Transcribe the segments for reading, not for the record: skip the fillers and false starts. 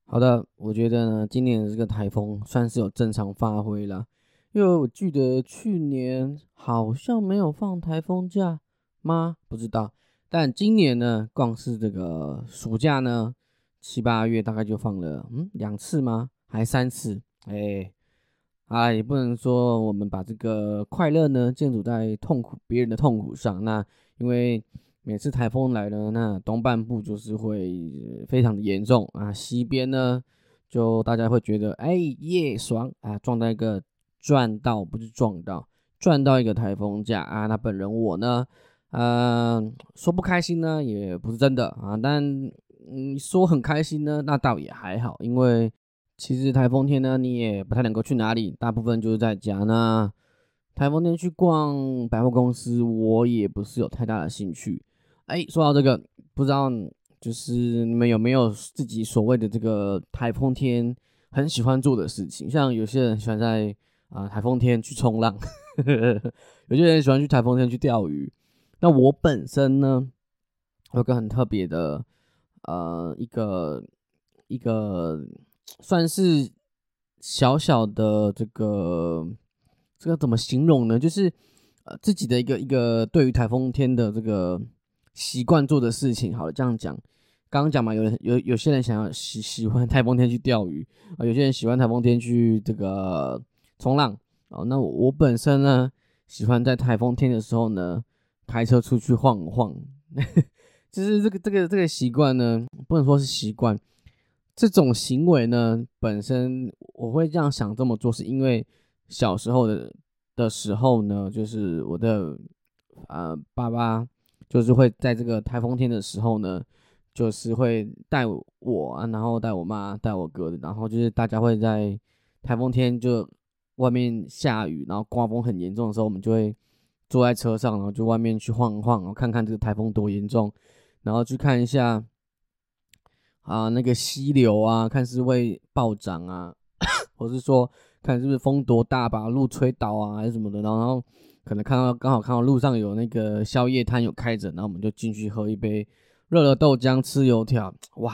好的，我觉得呢，今年的这个台风算是有正常发挥了，因为我记得去年好像没有放台风假吗？不知道，但今年呢，光是这个暑假呢，7、8月大概就放了2次吗？还3次？也不能说我们把这个快乐呢建筑在别人的痛苦上。那因为每次台风来了，那东半部就是会非常的严重啊，西边呢就大家会觉得耶爽啊，不是赚到一个台风假啊。那本人我呢，说不开心呢也不是真的啊，但说很开心呢，那倒也还好，因为其实台风天呢，你也不太能够去哪里，大部分就是在家。那台风天去逛百货公司，我也不是有太大的兴趣。说到这个，不知道就是你们有没有自己所谓的这个台风天很喜欢做的事情？像有些人喜欢在台风天去冲浪，有些人喜欢去台风天去钓鱼。那我本身呢，有个很特别的一个算是小小的这个怎么形容呢？就是自己的一个对于台风天的这个习惯做的事情。好了，这样讲，刚刚讲嘛，有些人想要喜欢台风天去钓鱼有些人喜欢台风天去这个冲浪那我本身呢，喜欢在台风天的时候呢，开车出去晃晃。就是这个习惯呢，不能说是习惯，这种行为呢，本身我会这样想这么做，是因为小时候的时候呢，就是我的爸爸就是会在这个台风天的时候呢，就是会带我然后带我妈带我哥，然后就是大家会在台风天就外面下雨，然后刮风很严重的时候，我们就会坐在车上，然后就外面去晃一晃，然后看看这个台风多严重，然后去看一下那个溪流啊，看是会暴涨啊，或是说看是不是风多大把路吹倒啊，还是什么的，然后可能刚好看到路上有那个宵夜摊有开着，然后我们就进去喝一杯热的豆浆，吃油条，哇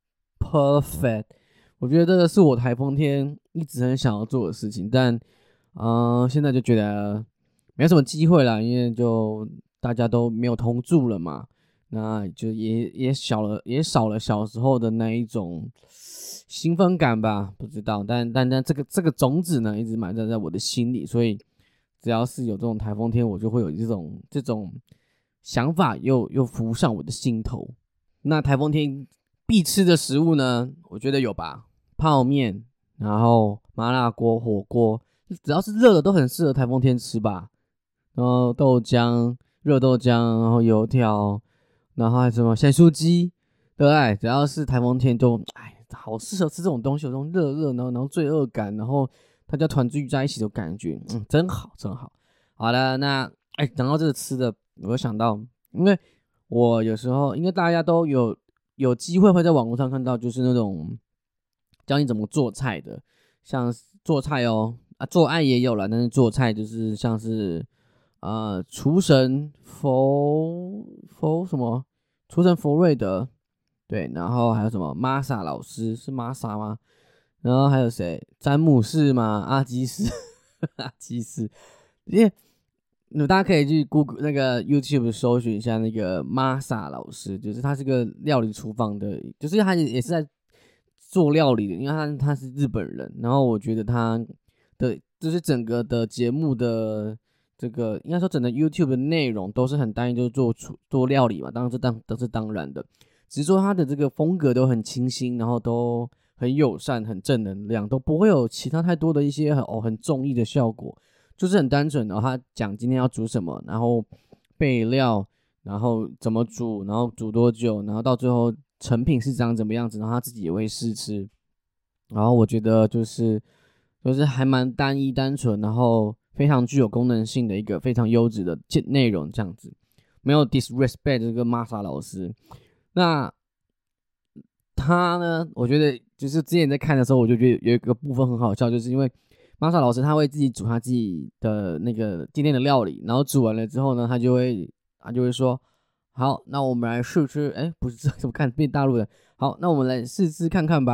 ，perfect！我觉得这个是我台风天一直很想要做的事情，但现在就觉得没什么机会啦，因为就大家都没有同住了嘛。那就也少了小时候的那一种兴奋感吧，不知道，但这个种子呢，一直埋在我的心里，所以只要是有这种台风天，我就会有这种想法又浮上我的心头。那台风天必吃的食物呢，我觉得有吧，泡面，然后麻辣锅、火锅，只要是热的都很适合台风天吃吧。然后热豆浆，然后油条。然后还有什么咸酥鸡，对不对？只要是台风天就，好适合吃这种东西，有这种热热，然后罪恶感，然后大家团聚在一起的感觉，真好，真好。好的，那讲到这个吃的，我想到，因为我有时候，因为大家都有机会会在网络上看到，就是那种教你怎么做菜的，像做菜做爱也有了，但是做菜就是像是厨神什么？厨神佛瑞德，对，然后还有什么玛莎老师是玛莎吗？然后还有谁？詹姆士吗？阿基斯，阿基斯，因为大家可以去 Google 那个 YouTube 搜寻一下那个玛莎老师，就是他是个料理厨房的，就是他也是在做料理的，因为他是日本人，然后我觉得他的就是整个的节目的这个应该说整个 YouTube 的内容都是很单一，就是做料理嘛，当然都是当然的，只是说他的这个风格都很清新，然后都很友善、很正能量，都不会有其他太多的一些很综艺的效果，就是很单纯的他讲今天要煮什么，然后备料，然后怎么煮，然后煮多久，然后到最后成品是长怎么样子，然后他自己也会试吃，然后我觉得就是还蛮单一单纯，然后非常具有功能性的一个非常优质的内容，这样子没有 disrespect 这个玛莎老师。那他呢，我觉得就是之前在看的时候，我就觉得有一个部分很好笑，就是因为玛莎老师他会自己煮他自己的那个今天的料理，然后煮完了之后呢，他就会说，好，那我们来试吃，不是怎么看变大陆的，好，那我们来试吃看看吧。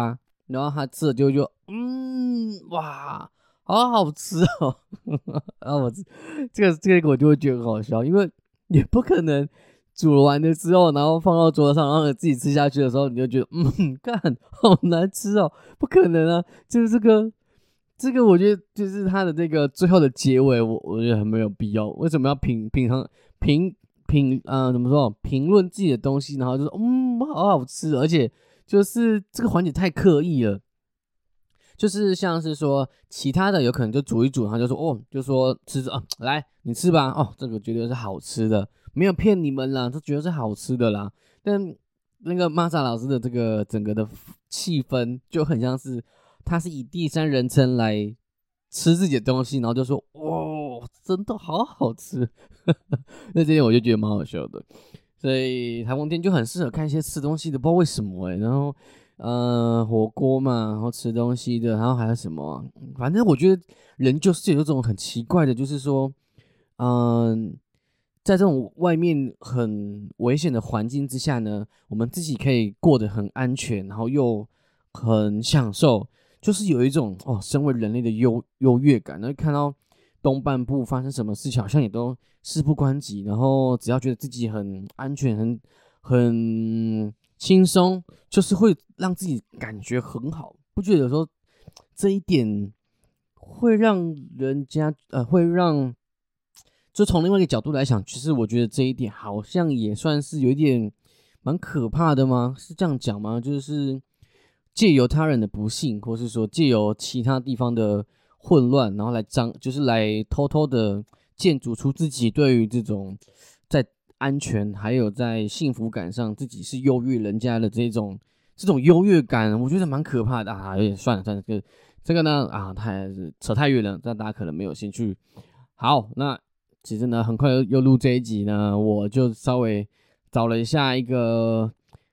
然后他吃了就哇，好好吃哦。然后这个我就会觉得很好笑，因为也不可能煮完了之后，然后放到桌上，然后自己吃下去的时候，你就觉得干好难吃哦，不可能啊！就是这个，我觉得就是他的这个最后的结尾，我觉得很没有必要。为什么要怎么说评论自己的东西，然后就说好好吃，而且就是这个环节太刻意了。就是像是说其他的有可能就煮一煮，他就说就说吃来你吃吧，这个绝对是好吃的，没有骗你们啦，这绝对是好吃的啦。但那个玛莎老师的这个整个的气氛就很像是他是以第三人称来吃自己的东西，然后就说真的好好吃。那这点我就觉得蛮好笑的，所以台风天就很适合看一些吃东西的，不知道为什么然后火锅嘛，然后吃东西的，然后还有什么反正我觉得人就是有这种很奇怪的，就是说在这种外面很危险的环境之下呢，我们自己可以过得很安全，然后又很享受，就是有一种身为人类的优越感。然后看到东半部发生什么事情，好像也都事不关己，然后只要觉得自己很安全、很轻松，就是会让自己感觉很好。不觉得有时候这一点会让人家会让。就从另外一个角度来想，其实我觉得这一点好像也算是有一点蛮可怕的吗？是这样讲吗？就是借由他人的不幸，或是说借由其他地方的混乱，然后就是来偷偷的建筑出自己对于这种在安全还有在幸福感上自己是优越人家的这种优越感，我觉得蛮可怕的啊！有点算了，这个呢太扯太远了，但大家可能没有兴趣。好，那。其实呢，很快又录这一集呢，我就稍微找了一下一个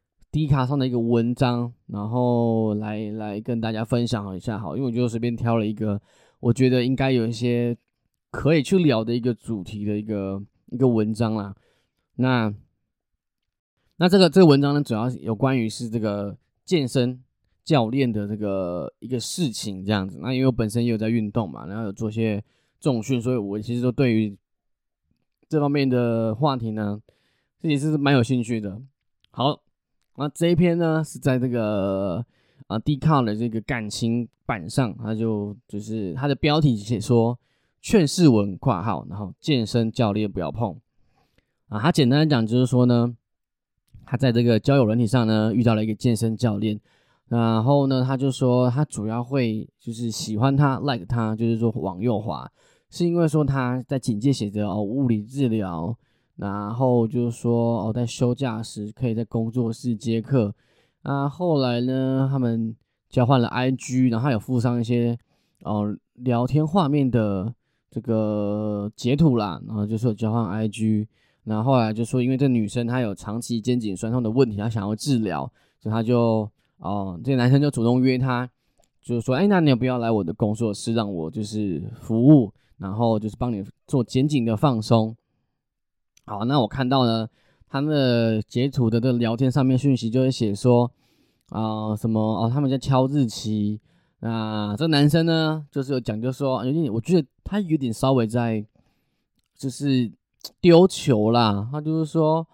D 卡上的一个文章，然后来跟大家分享一下好，因为我就随便挑了一个，我觉得应该有一些可以去聊的一个主题的一个文章啦。那这个文章呢，主要有关于是这个健身教练的这个一个事情这样子。那因为我本身也有在运动嘛，然后有做些重训，所以我其实都对于这方面的话题呢，自己是蛮有兴趣的。好，那这一篇呢是在这个Dcard 的这个感情版上，就是它的标题写说劝世文括号，然后健身教练不要碰他简单的讲就是说呢，他在这个交友软体上呢遇到了一个健身教练，然后呢他就说他主要会就是喜欢他 like 他，就是说往右滑。是因为说他在简介写着物理治疗，然后就是说在休假时可以在工作室接客。后来呢他们交换了 IG， 然后他有附上一些聊天画面的这个截图啦，然后就说交换 IG， 然后后来就说因为这女生她有长期肩颈酸痛的问题，她想要治疗，所以他就这个男生就主动约她，就是说那你要不要来我的工作室让我就是服务，然后就是帮你做肩颈的放松。好，那我看到呢，他们的截图的这个聊天上面讯息就会写说什么他们在敲日期。那这个男生呢，就是有讲，就说我觉得他有点稍微在就是丢球啦。他就是说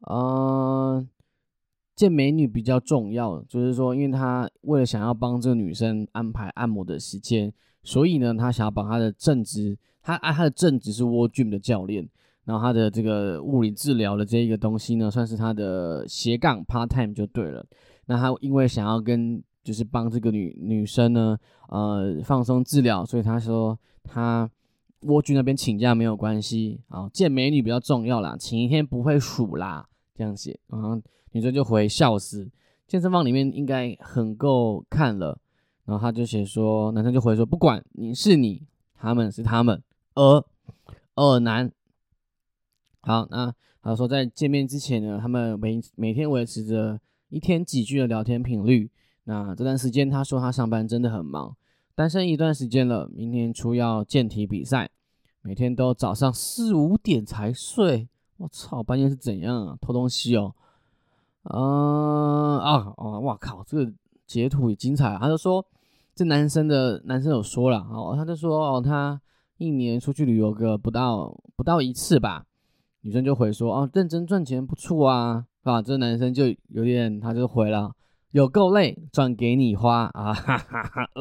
见美女比较重要，就是说因为他为了想要帮这个女生安排按摩的时间，所以呢他想要把他的正职，他的正职是 World Gym 的教练，然后他的这个物理治疗的这一个东西呢算是他的斜杠 part time 就对了。那他因为想要就是帮这个女生呢放松治疗，所以他说他World Gym那边请假没有关系见美女比较重要啦，请一天不会数啦，这样写。然后女生就回笑死，健身房里面应该很够看了。然后他就写说，男生就回说不管你是你，他们是他们，二男。好，那他说在见面之前呢，他们每天维持着一天几句的聊天频率。那这段时间他说他上班真的很忙，单身一段时间了，明年初要健体比赛，每天都早上4、5点才睡。我操，半夜是怎样啊？偷东西哦？哇靠，这截图也精彩，他就说这男生有说了，他就说他1年出去旅游个不到1次吧，女生就回说认真赚钱不错啊，这男生就有点他就回了有够累，赚给你花啊，哈哈哈，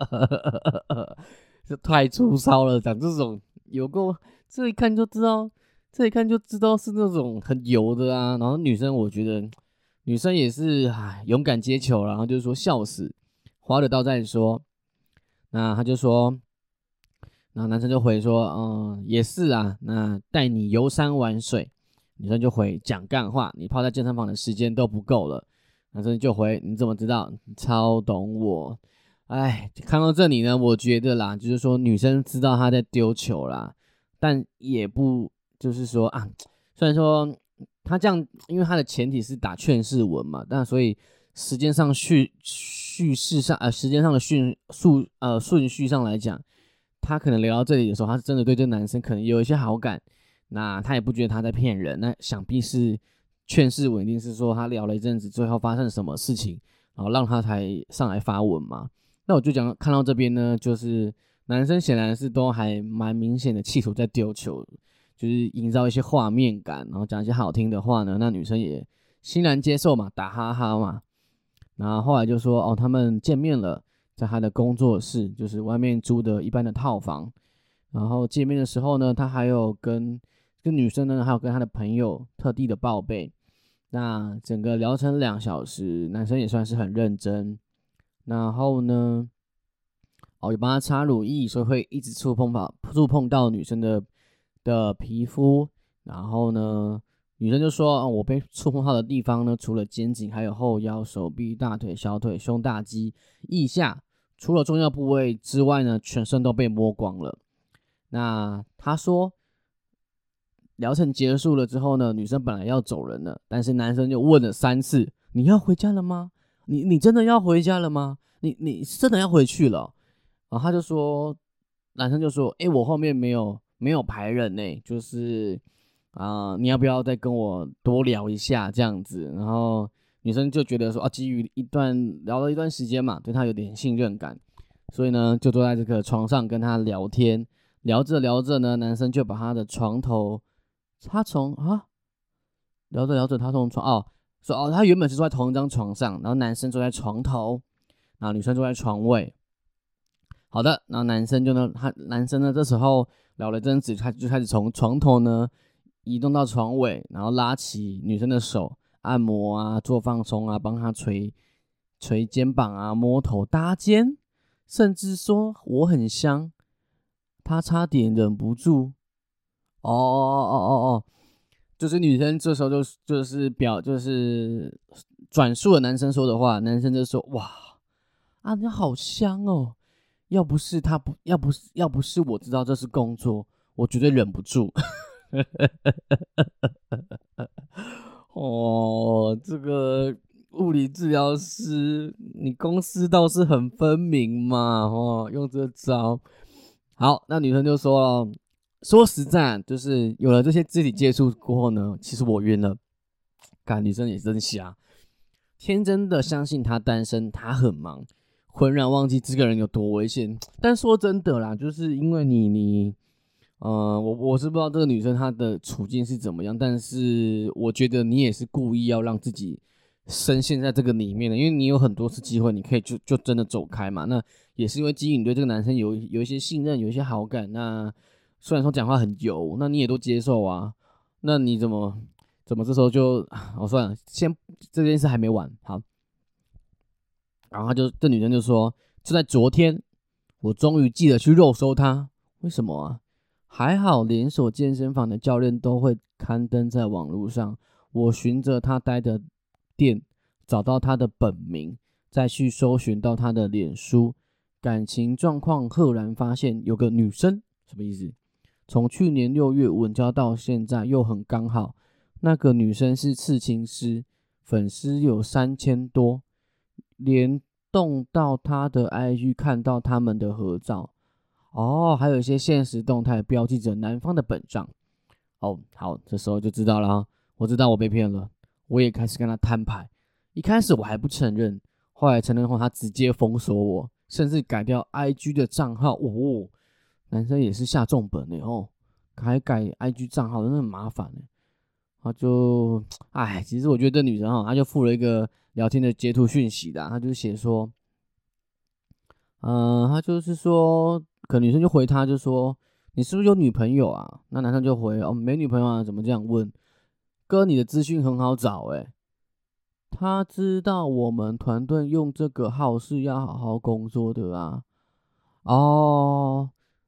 这太粗糙了，讲这种有够，这一看就知道是那种很油的啊。然后女生，我觉得女生也是勇敢接球，然后就是说笑死，花得到再说。那他就说，然后男生就回说，也是啊，那带你游山玩水。女生就回讲干话，你泡在健身房的时间都不够了。男生就回你怎么知道？你超懂我。看到这里呢，我觉得啦，就是说女生知道他在丢球啦，但也不就是说虽然说他这样，因为他的前提是打劝世文嘛，但所以时间上叙事上时间上的顺序上来讲，他可能聊到这里的时候，他是真的对这个男生可能有一些好感，那他也不觉得他在骗人，那想必是劝世文，一定是说他聊了一阵子，最后发生了什么事情，然后让他才上来发文嘛。那我就看到这边呢，就是男生显然是都还蛮明显的企图在丢球，就是营造一些画面感，然后讲一些好听的话呢，那女生也欣然接受嘛，打哈哈嘛。然后后来就说他们见面了，在他的工作室，就是外面租的一般的套房。然后见面的时候呢，他还有跟女生呢，还有跟他的朋友特地的报备。那整个疗程2小时，男生也算是很认真。然后呢，有帮他擦乳液，所以会一直触碰到女生的皮肤。然后呢，女生就说我被触碰到的地方呢，除了肩颈，还有后腰、手臂、大腿、小腿、胸大肌、腋下，除了重要部位之外呢，全身都被摸光了。那他说，疗程结束了之后呢，女生本来要走人了，但是男生就问了3次：“你要回家了吗？你真的要回家了吗？你真的要回去了？”然后他就说，男生就说：“我后面没有排人呢，就是你要不要再跟我多聊一下这样子？”然后女生就觉得说基于聊了一段时间嘛，对他有点信任感，所以呢就坐在这个床上跟他聊天。聊着呢，男生就把他的床头，聊着他从床说他原本是坐在同一张床上，然后男生坐在床头，然后女生坐在床尾。好的，然后男生呢这时候聊了阵子，他就开始从床头呢移动到床尾，然后拉起女生的手，按摩啊，做放松啊，帮她捶肩膀啊，摸头搭肩，甚至说我很香。他差点忍不住，就是女生这时候就是转述了男生说的话，男生就说哇你好香哦，要不是我知道这是工作，我绝对忍不住。这个物理治疗师，你公司倒是很分明嘛，用这招。好，那女生就说了，说实在，就是有了这些肢体接触过后呢，其实我晕了。女生也真瞎，天真的相信他单身，他很忙，浑然忘记这个人有多危险。但说真的啦，就是因为我是不知道这个女生她的处境是怎么样，但是我觉得你也是故意要让自己深陷在这个里面的，因为你有很多次机会，你可以就真的走开嘛。那也是因为基于你对这个男生有一些信任，有一些好感。那虽然说讲话很油，那你也都接受啊。那你怎么这时候就算了，先这件事还没完。好，然后这女生就说，就在昨天，我终于记得去肉搜他。为什么啊？还好连锁健身房的教练都会刊登在网络上，我循着他待的店找到他的本名，再去搜寻到他的脸书，感情状况赫然发现有个女生，什么意思？从去年6月稳交到现在又很刚好，那个女生是刺青师，粉丝有3000多，联动到他的 IG 看到他们的合照。还有一些现实动态标记着男方的本账。好，这时候就知道了我知道我被骗了，我也开始跟他摊牌。一开始我还不承认， 后来承认后，他直接封锁我，甚至改掉 IG 的账号。哦，男生也是下重本的哦，还改 IG 账号，真的很麻烦的。他就，其实我觉得这女生哈，她就附了一个聊天的截图讯息的，她就写说，她就是说，可能女生就回他，就说你是不是有女朋友啊？那男生就回哦，没女朋友啊，怎么这样问？哥，你的资讯很好找他知道我们团队用这个号是要好好工作的啊。哦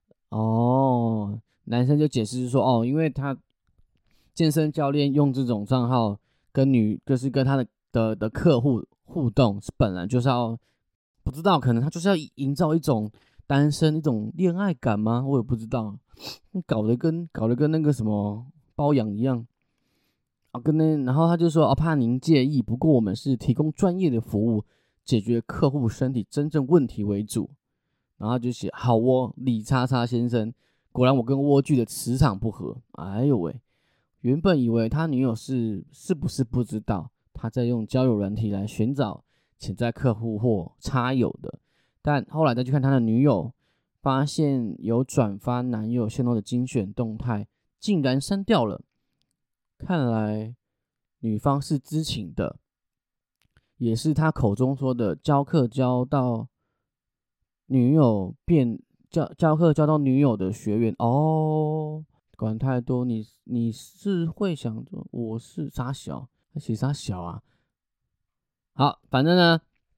男生就解释说，哦，因为他健身教练用这种账号就是跟他的客户互动，是本来就是要不知道，可能他就是要营造一种单身一种恋爱感吗？我也不知道，搞得跟那个什么包养一样。然后他就说，怕您介意，不过我们是提供专业的服务，解决客户身体真正问题为主。然后他就写好李叉叉先生，果然我跟莴苣的磁场不合。哎呦喂，原本以为他女友是不是不知道他在用交友软体来寻找潜在客户或插友的，但后来再去看他的女友，发现有转发男友线动的精选动态，竟然删掉了。看来女方是知情的，也是他口中说的教课教到女友教课教到女友的学员哦。管太多，你是会想着我是傻小，他写啥小啊？好，反正呢，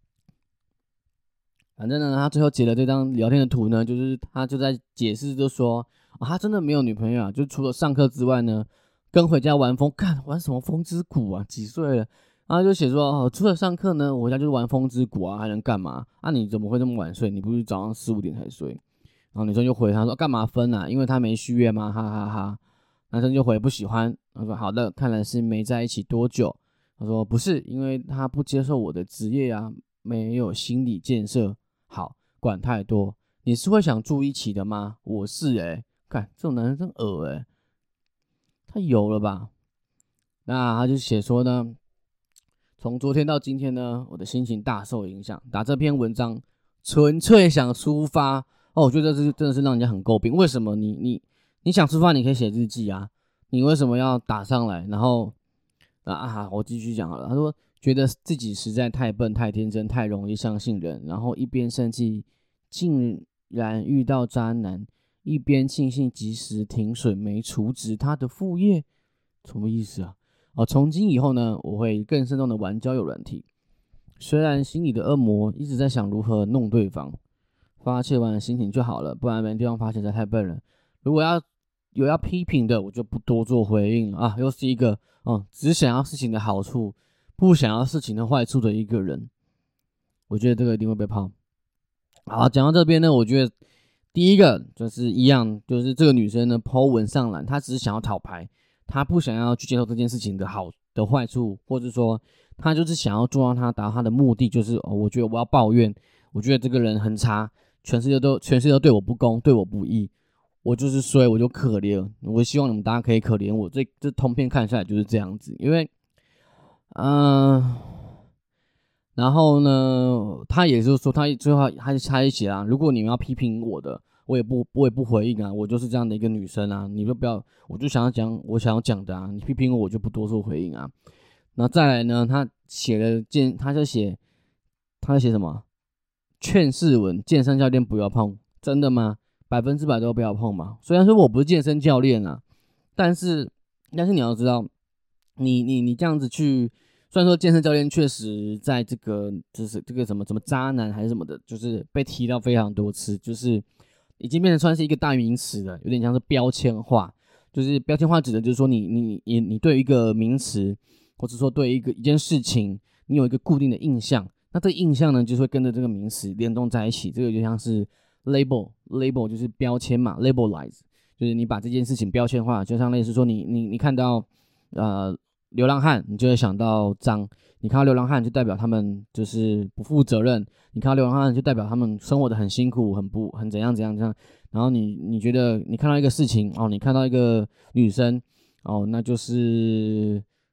他最后截了这张聊天的图呢，就是他就在解释，就说他真的没有女朋友啊，就除了上课之外呢，跟回家玩风，玩什么风之谷啊？几岁了？然后就写说，除了上课呢，我回家就是玩风之谷啊，还能干嘛？你怎么会这么晚睡？你不是早上4、5点才睡？然后女生就回他说，干嘛分啊？因为他没续约吗？哈哈哈。男生就回不喜欢。他说好的，看来是没在一起多久。他说不是，因为他不接受我的职业啊，没有心理建设。好，管太多。你是会想住一起的吗？我是看这种男人真恶太油了吧？那他就写说呢，从昨天到今天呢，我的心情大受影响。打这篇文章纯粹想抒发我觉得这真的是让人家很诟病。为什么你想抒发，你可以写日记啊，你为什么要打上来？然后我继续讲好了。他说觉得自己实在太笨、太天真、太容易相信人，然后一边生气竟然遇到渣男，一边庆幸及时停损没除职他的副业，什么意思啊？从今以后呢，我会更慎重的玩交友软体。虽然心里的恶魔一直在想如何弄对方，发泄完心情就好了，不然没地方发泄，太笨了。如果有要批评的，我就不多做回应了又是一个只想要事情的好处，不想要事情的坏处的一个人。我觉得这个一定会被泡。好，讲到这边呢，我觉得第一个就是一样，就是这个女生呢 po 文上来，她只是想要讨牌，她不想要去接受这件事情的好的坏处，或者说她就是想要做到她达到她的目的，就是我觉得我要抱怨，我觉得这个人很差，全世界都对我不公，对我不义，我就是衰，我就可怜，我希望你们大家可以可怜我。这通篇看下来就是这样子，因为然后呢，他也就是说，他最后他也写啊，如果你们要批评我的，我也不回应啊，我就是这样的一个女生啊，你就不要，我就想要讲我想要讲的啊，你批评我就不多做回应啊。然后再来呢，他就写什么劝世文，健身教练不要碰，真的吗？100%都不要碰嘛。虽然说我不是健身教练啊，但是你要知道，你这样子去。虽然说健身教练确实在这个就是这个什么渣男还是什么的，就是被提到非常多次，就是已经变成算是一个大名词了，有点像是标签化。就是标签化指的就是说你对一个名词，或者说对一件事情，你有一个固定的印象，那这个印象呢，就会跟着这个名词联动在一起。这个就像是 label 就是标签嘛 ，labelize 就是你把这件事情标签化，就像类似说你看到流浪汉，你就会想到脏；你看到流浪汉，就代表他们就是不负责任；你看到流浪汉，就代表他们生活的很辛苦，很怎样。然后你觉得你看到一个事情你看到一个女生那就是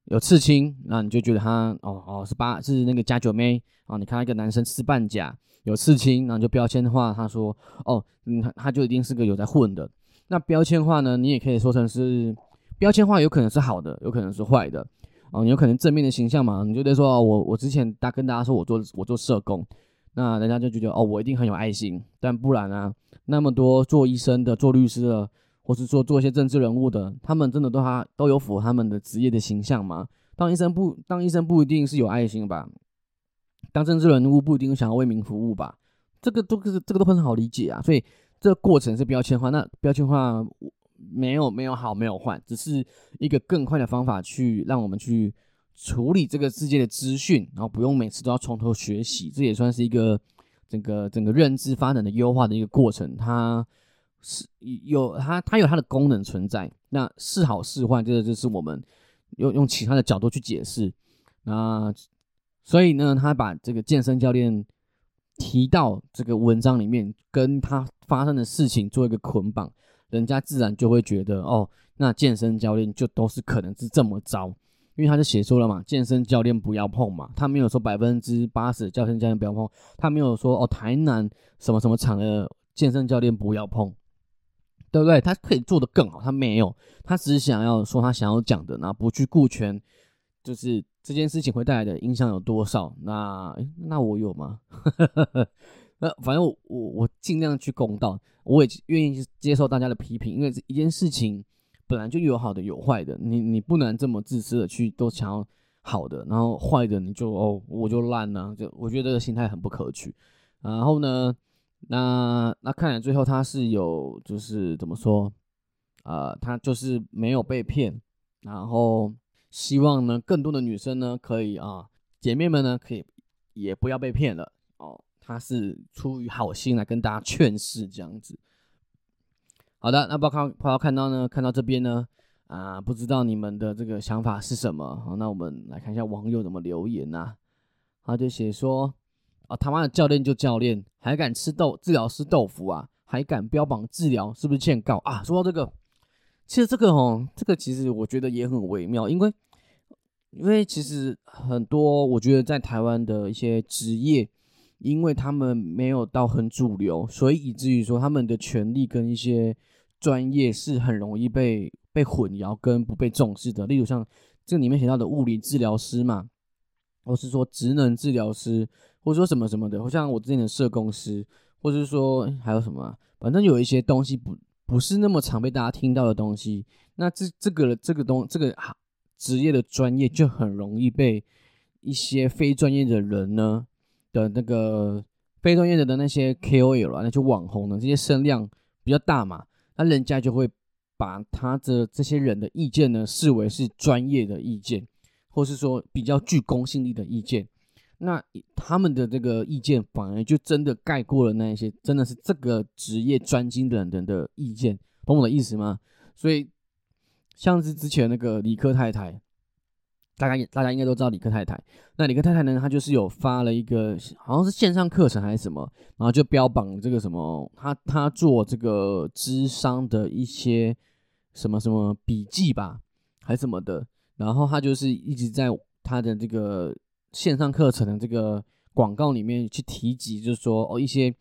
有刺青，那你就觉得他是那个假酒妹啊。你看到一个男生吃半甲有刺青，然后你就标签化他说他就一定是个有在混的。那标签化呢，你也可以说成是标签化，有可能是好的，有可能是坏的你有可能正面的形象嘛，你就得说我之前跟大家说我做社工，那人家就觉得我一定很有爱心，但不然啊，那么多做医生的、做律师的，或是做一些政治人物的，他们真的都有符合他们的职业的形象吗？当医生不一定是有爱心吧，当政治人物不一定想要为民服务吧，这个都很好理解啊。所以这个过程是标签化，那标签化没有好没有坏，只是一个更快的方法去让我们去处理这个世界的资讯，然后不用每次都要从头学习，这也算是一个整个认知发展的优化的一个过程。它有它的功能存在，那是好是坏，这个就是我们用其他的角度去解释。那所以呢，他把这个健身教练提到这个文章里面，跟他发生的事情做一个捆绑，人家自然就会觉得那健身教练就都是可能是这么糟，因为他就写说了嘛，健身教练不要碰嘛，他没有说80%的健身教练不要碰，他没有说台南什么什么场的健身教练不要碰，对不对？他可以做得更好，他没有，他只是想要说他想要讲的，然后不去顾全，就是这件事情会带来的影响有多少？那我有吗？反正我尽量去公道，我也愿意接受大家的批评，因为一件事情本来就有好的有坏的，你不能这么自私的去都想要好的，然后坏的你就我就烂了，我觉得这个心态很不可取。然后呢，那看来最后他是有就是怎么说他就是没有被骗，然后希望呢更多的女生呢可以姐妹们呢可以也不要被骗了他是出于好心来跟大家劝示这样子。好的，那报告看到这边呢不知道你们的这个想法是什么？好，那我们来看一下网友怎么留言啊。他就写说他妈的教练就教练，还敢吃治疗师豆腐啊，还敢标榜治疗，是不是欠告啊？说到这个，其实这个其实我觉得也很微妙，因为其实很多我觉得在台湾的一些职业，因为他们没有到很主流，所以以至于说他们的权利跟一些专业是很容易被混淆跟不被重视的。例如像这里面写到的物理治疗师嘛，或是说职能治疗师，或者说什么什么的，或像我之前的社工师，或者是说还有什么反正有一些东西不是那么常被大家听到的东西，那这个职业的专业就很容易被一些非专业的人呢的那个非专业的那些 KOL 那些网红呢，这些声量比较大嘛，那人家就会把他的这些人的意见呢视为是专业的意见，或是说比较具公信力的意见。那他们的这个意见反而就真的盖过了那一些真的是这个职业专精的人的意见，懂我的意思吗？所以像是之前那个理科太太，大家应该都知道理科太太。那理科太太呢，她就是有发了一个好像是线上课程还是什么，然后就标榜这个什么，她做这个諮商的一些什么什么笔记吧，还是什么的。然后她就是一直在她的这个线上课程的这个广告里面去提及，就是说一些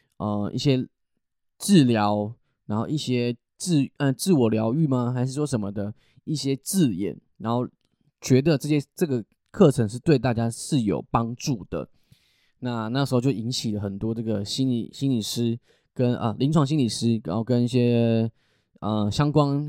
治疗，然后一些自我疗愈吗？还是说什么的一些字眼，然后觉得这个课程是对大家是有帮助的。那时候就引起了很多这个心理师跟临床心理师，然后跟一些相关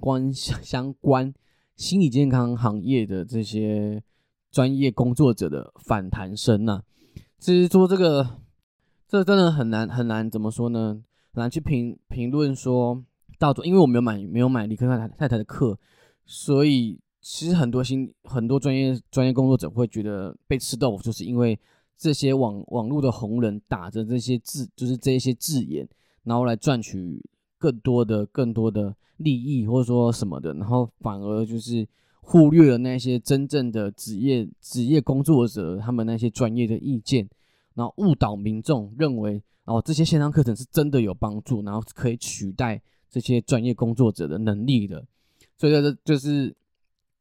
心理健康行业的这些专业工作者的反弹声啊。至于说这真的很难怎么说呢？很难去评论说因为我没有买理科太太的课，所以其实很多专业工作者会觉得被吃豆腐，就是因为这些网络的红人打着这些就是这些字眼，然后来赚取更多的利益或者说什么的，然后反而就是忽略了那些真正的职业工作者他们那些专业的意见，然后误导民众认为这些线上课程是真的有帮助，然后可以取代这些专业工作者的能力的。所以这就是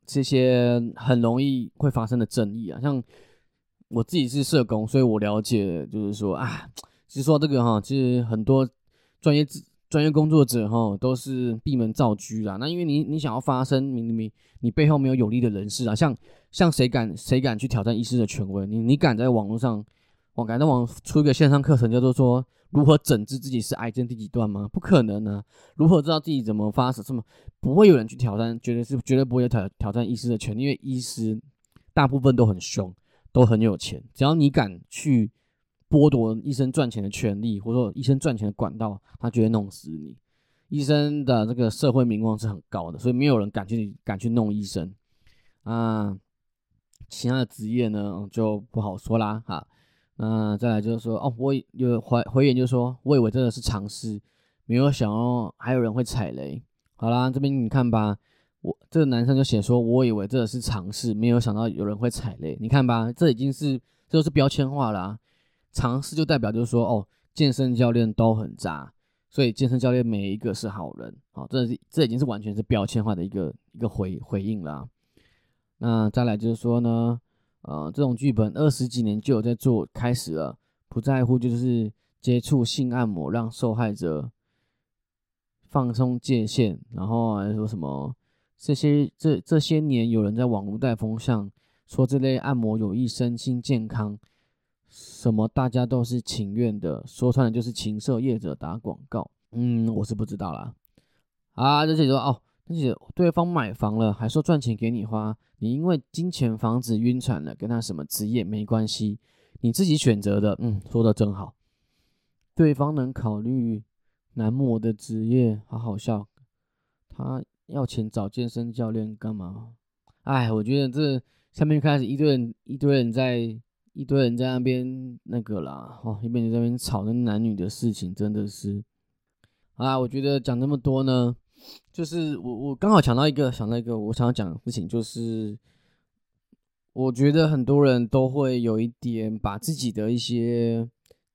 这些很容易会发生的争议啊。像我自己是社工，所以我了解，就是说啊，其实说这个其实很多专业工作者都是闭门造车啦。那因为你想要发声，你背后没有有力的人士啊，像谁敢去挑战医师的权威？你敢在网络上，敢在网出一个线上课程，叫做说如何诊治自己是癌症第几段吗？不可能啊！如何知道自己怎么发生？这么不会有人去挑战，绝对不会挑战医师的权利，因为医师大部分都很凶，都很有钱，只要你敢去剥夺医生赚钱的权利，或者说医生赚钱的管道，他就会弄死你。医生的这个社会名望是很高的，所以没有人敢去弄医生啊。其他的职业呢，就不好说啦哈。那再来就是说，我有回言就是说，我以为真的是尝试，没有想到还有人会踩雷。好啦，这边你看吧，这个男生就写说，我以为这是尝试，没有想到有人会踩雷。你看吧，这就是标签化啦。尝试就代表就是说，健身教练都很渣，所以健身教练每一个是好人。好，这已经是完全是标签化的一个回应啦。那再来就是说呢，这种剧本20几年就有在做，开始了，不在乎就是接触性按摩，让受害者放松界限，然后还说什么这些年有人在网络带风向，说这类按摩有益身心健康，什么大家都是情愿的，说穿了就是情色业者打广告。我是不知道啦。这些说而且对方买房了，还说赚钱给你花，你因为金钱房子晕船了，跟他什么职业没关系，你自己选择的。说的真好。对方能考虑男模的职业，好好笑。他要钱找健身教练干嘛？我觉得这下面开始一堆人在那边那个啦，一边在那边吵那男女的事情，真的是。我觉得讲这么多呢，就是我刚好想到一个我想要讲的事情，就是我觉得很多人都会有一点把自己的一些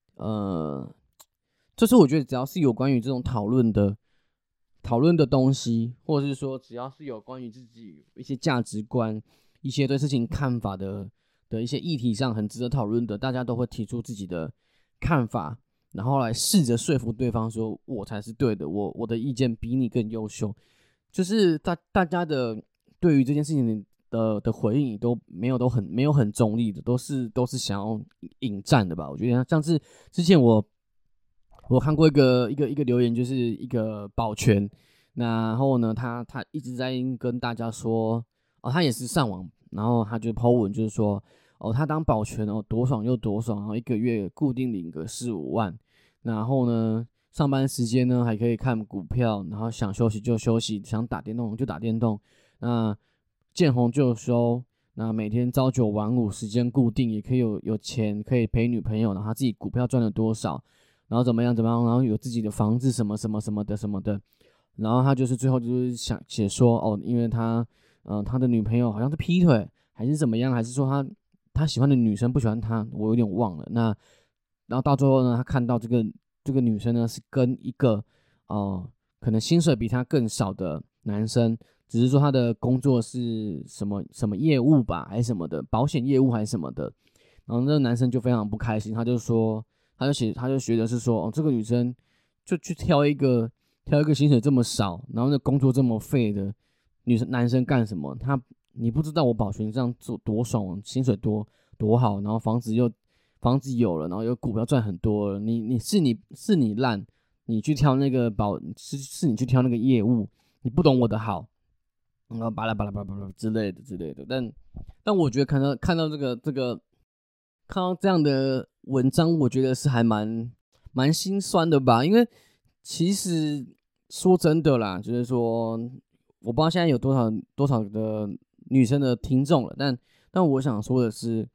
就是我觉得只要是有关于这种讨论的东西，或者是说只要是有关于自己一些价值观、一些对事情看法的一些议题上很值得讨论的，大家都会提出自己的看法，然后来试着说服对方说我才是对的，我的意见比你更优秀。就是大家的对于这件事情的回应都没有很中立的，都是想要引战的吧。我觉得像是之前我看过一个留言，就是一个保全，然后呢他一直在跟大家说他也是上网，然后他就 po 文，就是说他当保全多爽又多爽，然后一个月固定领个4-5万，然后呢上班时间呢还可以看股票，然后想休息就休息，想打电动就打电动，那见红就收，那每天朝9晚5，时间固定，也可以有钱可以陪女朋友，然后他自己股票赚了多少，然后怎么样，然后有自己的房子什么什么什么的，然后他就是最后就是想写说因为他的女朋友好像是劈腿还是怎么样，还是说他喜欢的女生不喜欢他，我有点忘了。那然后到最后呢，他看到这个女生呢是跟一个可能薪水比他更少的男生，只是说他的工作是什么业务吧，还是什么的保险业务还是什么的，然后那个男生就非常不开心，他就学的是说这个女生就去挑一个薪水这么少，然后那工作这么废的男生干什么？你不知道我保全这样做多爽，薪水多好，然后房子有了，然后有股票赚很多了。你烂，你去挑那个是你去挑那个业务，你不懂我的好，然后巴拉巴拉巴拉巴拉之类的。但我觉得看到这个看到这样的文章，我觉得是还蛮心酸的吧。因为其实说真的啦，就是说我不知道现在有多少的女生的听众了，但我想说的是，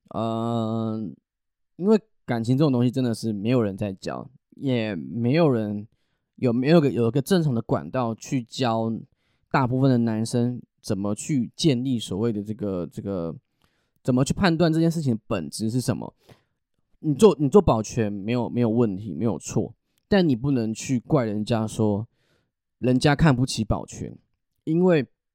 因为感情这种东西真的是没有人在教，也没有人有一个正常的管道去教大部分的男生怎么去建立所谓的这个怎么去判断这件事情的本质是什么。你做保全没有问题，没有错，但你不能去怪人家说人家看不起保全，因为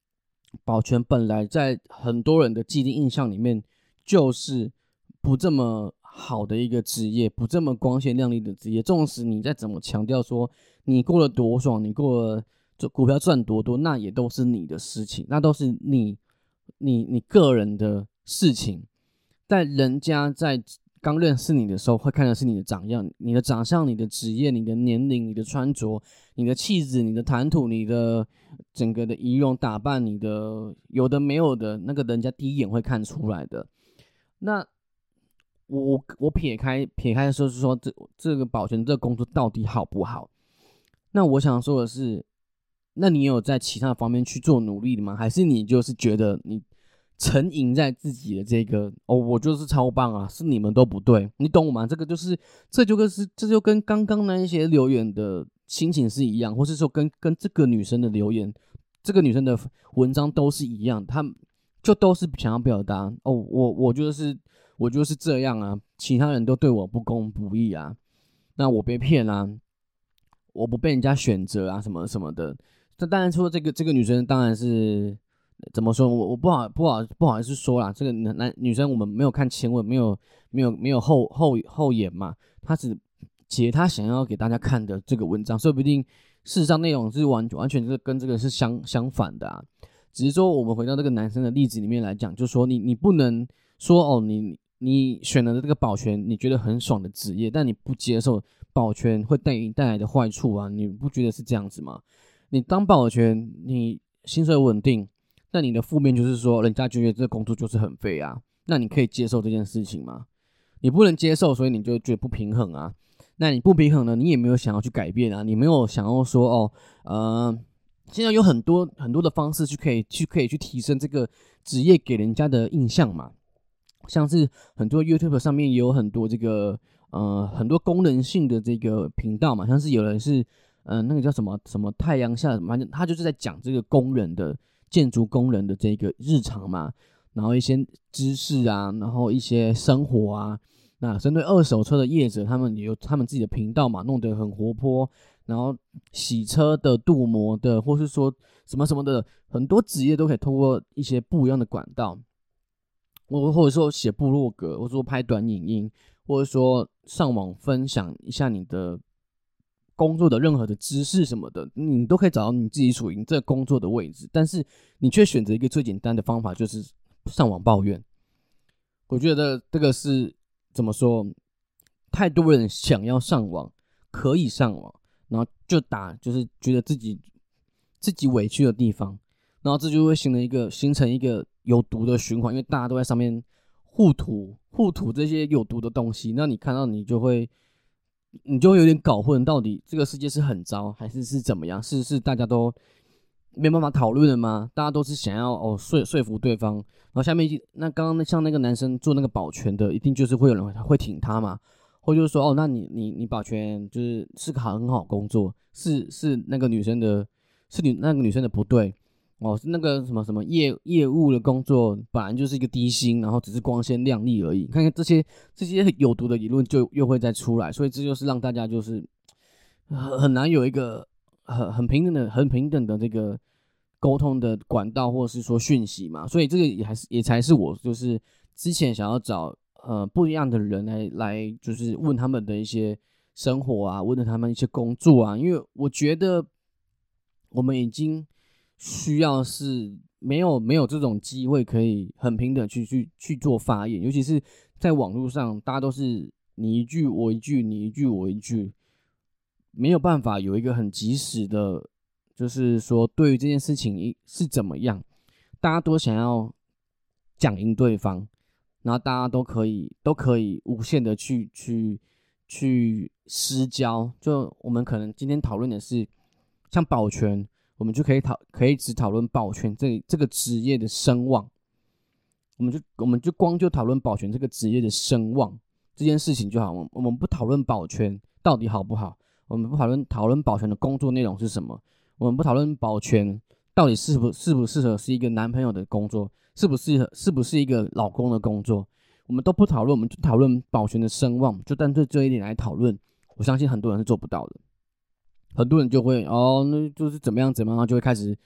保全本来在很多人的既定印象里面就是不这么好的一个职业，不这么光鲜亮丽的职业。纵使你再怎么强调说你过得多爽，你过了就股票赚多多，那也都是你的事情，那都是你个人的事情。但人家在刚认识你的时候，会看的是你的长相、你的长相、你的职业、你的年龄、你的穿着、你的气质、你的谈吐、你的整个的仪容打扮、你的有的没有的，那个人家第一眼会看出来的。那我撇开的时候是说，这个保全这个工作到底好不好？那我想说的是，那你有在其他方面去做努力的吗？还是你就是觉得你沉吟在自己的这个我就是超棒啊，是你们都不对，你懂我吗？这就跟刚刚那一些留言的心情是一样，或是说跟这个女生的留言，这个女生的文章都是一样，他们就都是想要表达我就是这样啊，其他人都对我不公不义啊，那我被骗啊，我不被人家选择啊，什么什么的。那当然说这个女生当然是怎么说，我不好意思说啦，这个女生我们没有看前文，没有后言嘛，她只截她想要给大家看的这个文章，说不定事实上内容是完全是跟这个是相反的啊。只是说我们回到这个男生的例子里面来讲，就是说你不能说你选了这个保全你觉得很爽的职业，但你不接受保全会带来的坏处啊，你不觉得是这样子吗？你当保全，你薪水稳定，那你的负面就是说人家觉得这个工作就是很废啊，那你可以接受这件事情吗？你不能接受，所以你就觉得不平衡啊。那你不平衡呢，你也没有想要去改变啊，你没有想要说现在有很多很多的方式可以去提升这个职业给人家的印象嘛，像是很多 YouTube 上面也有很多这个很多功能性的这个频道嘛，像是有人是那个叫什么什么太阳下什么，他就是在讲这个建筑工人的这个日常嘛，然后一些知识啊，然后一些生活啊。那针对二手车的业者，他们也有他们自己的频道嘛，弄得很活泼，然后洗车的、镀膜的，或是说什么什么的，很多职业都可以通过一些不一样的管道，或者说写部落格，或者说拍短影音，或者说上网分享一下你的工作的任何的知识什么的，你都可以找到你自己属于这个工作的位置。但是你却选择一个最简单的方法，就是上网抱怨。我觉得这个是怎么说？太多人想要上网，可以上网，然后就是觉得自己委屈的地方，然后这就会形成一个有毒的循环，因为大家都在上面互吐这些有毒的东西，那你看到你就会有点搞混，到底这个世界是很糟还是怎么样？是大家都没办法讨论的吗？大家都是想要说服对方，然后下面那刚刚像那个男生做那个保全的，一定就是会有人会挺他嘛，或就是说那你保全是个很好工作，是那个女生的，那个女生的不对。是那个什么什么业务的工作，本来就是一个低薪，然后只是光鲜亮丽而已。看看这些有毒的理论就又会再出来，所以这就是让大家就是很难有一个很平等的这个沟通的管道，或者是说讯息嘛。所以这个也才是我就是之前想要找不一样的人来就是问他们的一些生活啊，问他们一些工作啊，因为我觉得我们已经需要是没有这种机会可以很平等去做发言，尤其是在网络上，大家都是你一句我一句，你一句我一句，没有办法有一个很及时的，就是说对于这件事情是怎么样，大家都想要讲赢对方，然后大家都可以无限的去施交。就我们可能今天讨论的是像保全，我们就可以只讨论保全这个职业的声望，我们就光讨论保全这个职业的声望这件事情就好，我们不讨论保全到底好不好，我们不讨论保全的工作内容是什么，我们不讨论保全到底适不适合是一个男朋友的工作，是不是一个老公的工作，我们都不讨论，我们就讨论保全的声望，就单对这一点来讨论，我相信很多人是做不到的。很多人就会那就是怎么样，然后就会开始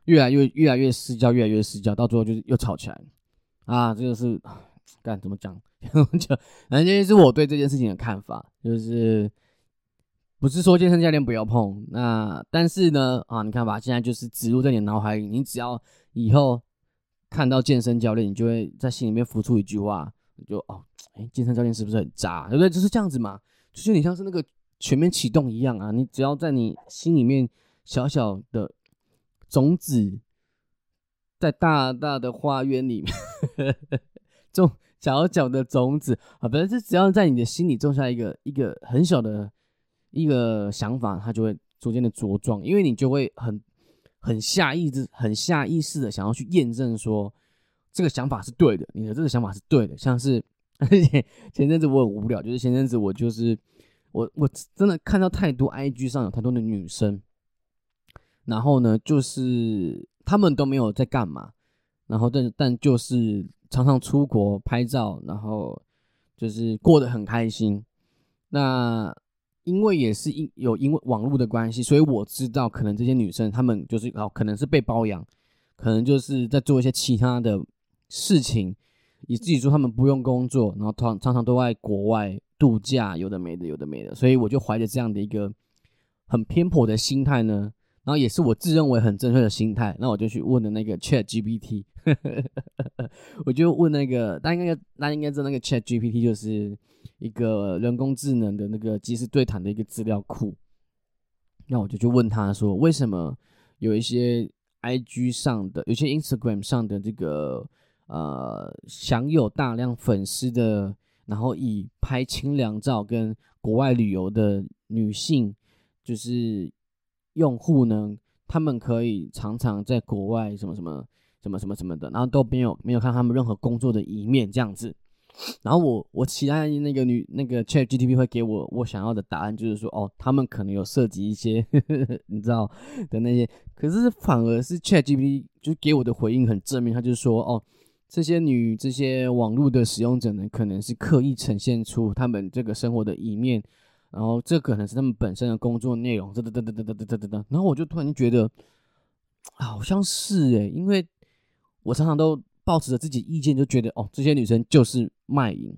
越来越失焦，越来越失焦，到最后就是又吵起来啊！这个是干怎么讲？反正就是我对这件事情的看法，就是不是说健身教练不要碰，那但是呢你看吧，现在就是植入在你的脑海里，你只要以后看到健身教练，你就会在心里面浮出一句话，就健身教练是不是很渣，对不对？就是这样子嘛，就是你像是那个全面启动一样啊，你只要在你心里面小小的种子，在大大的花园里面种小小的种子啊，反正是只要在你的心里种下一个很小的一个想法，它就会逐渐的茁壮，因为你就会很下意识的想要去验证说这个想法是对的，你的这个想法是对的。像是前阵子我很无聊，就是前阵子我真的看到太多 IG 上有太多的女生，然后呢就是她们都没有在干嘛，然后但就是常常出国拍照，然后就是过得很开心。那因为也是因为网络的关系，所以我知道可能这些女生她们就是可能是被包养，可能就是在做一些其他的事情，以至于说她们不用工作，然后常常都在国外度假，有的没的，所以我就怀着这样的一个很偏颇的心态呢，然后也是我自认为很正确的心态，那我就去问了那个 ChatGPT， 我就问那个大家应该知道那个 ChatGPT 就是一个人工智能的那个即时对谈的一个资料库，那我就去问他说，为什么有一些 IG 上的，有些 Instagram 上的这个享有大量粉丝的，然后以拍清凉照跟国外旅游的女性，就是用户呢，他们可以常常在国外什么的，然后都没有看他们任何工作的一面这样子。然后我期待那个 ChatGPT 会给我想要的答案，就是说他们可能有涉及一些你知道的那些，可是反而是 ChatGPT 就给我的回应很正面，他就说这些网络的使用者呢，可能是刻意呈现出他们这个生活的一面，然后这可能是他们本身的工作内容，然后我就突然觉得好像是因为我常常都抱持着自己意见，就觉得这些女生就是卖淫，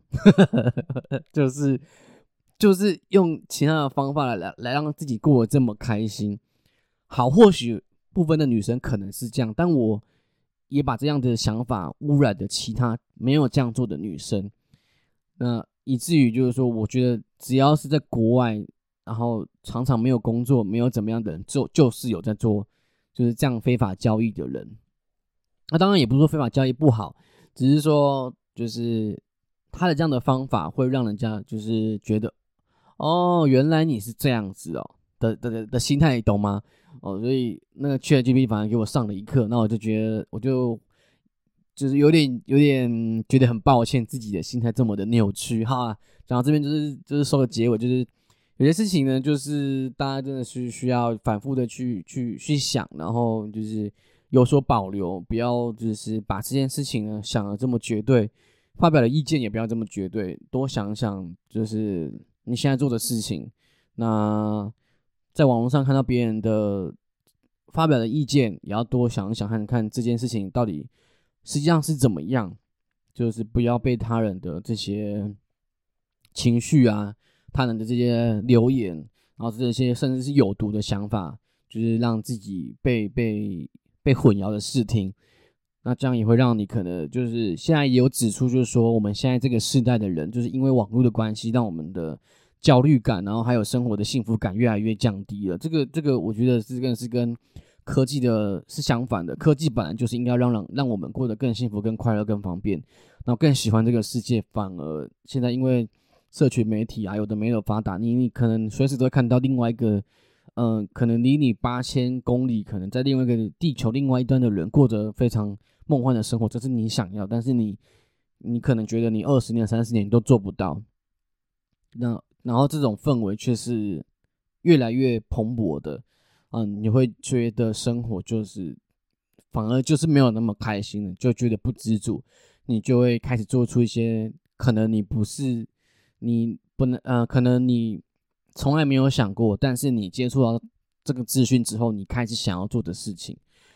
就是用其他的方法来让自己过得这么开心。好，或许部分的女生可能是这样，但我也把这样的想法污染的其他没有这样做的女生，那以至于就是说，我觉得只要是在国外，然后常常没有工作，没有怎么样的人，就是有在做就是这样非法交易的人。那当然也不是说非法交易不好，只是说就是他的这样的方法会让人家就是觉得原来你是这样子的心态，你懂吗？所以那个 ChatGPT 反而给我上了一课，那我就觉得就是有点觉得很抱歉自己的心态这么的扭曲哈。讲到这边就是收个结尾，就是有些事情呢，就是大家真的是需要反复的去想，然后就是有所保留，不要就是把这件事情呢想得这么绝对，发表的意见也不要这么绝对，多想想就是你现在做的事情。那在网络上看到别人的发表的意见，也要多想一想看这件事情到底实际上是怎么样，就是不要被他人的这些情绪啊，他人的这些留言，然后这些甚至是有毒的想法，就是让自己被混淆的视听。那这样也会让你可能就是现在也有指出，就是说我们现在这个世代的人，就是因为网络的关系，让我们的焦虑感，然后还有生活的幸福感越来越降低了。这个我觉得是跟科技的是相反的，科技本来就是应该让我们过得更幸福、更快乐、更方便，然后更喜欢这个世界。反而现在因为社群媒体啊，有的没有发达，你可能随时都会看到另外一个，可能离你8000公里，可能在另外一个地球另外一端的人过着非常梦幻的生活，这是你想要，但是你可能觉得你20年、30年都做不到。然后这种氛围却是越来越蓬勃的，你会觉得生活就是反而就是没有那么开心了，就觉得不知足，你就会开始做出一些可能你不能可能你从来没有想过，但是你接触到这个资讯之后，你开始想要做的事情。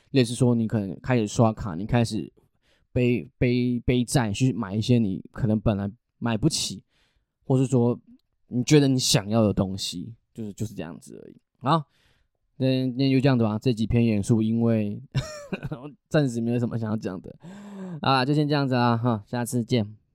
类似说你可能开始刷卡，你开始背债去买一些你可能本来买不起，或是说你觉得你想要的东西，就是这样子而已。好，那今天就这样子吧，这几篇元素因为暂时没有什么想要讲的啊，就先这样子啦哈，下次见。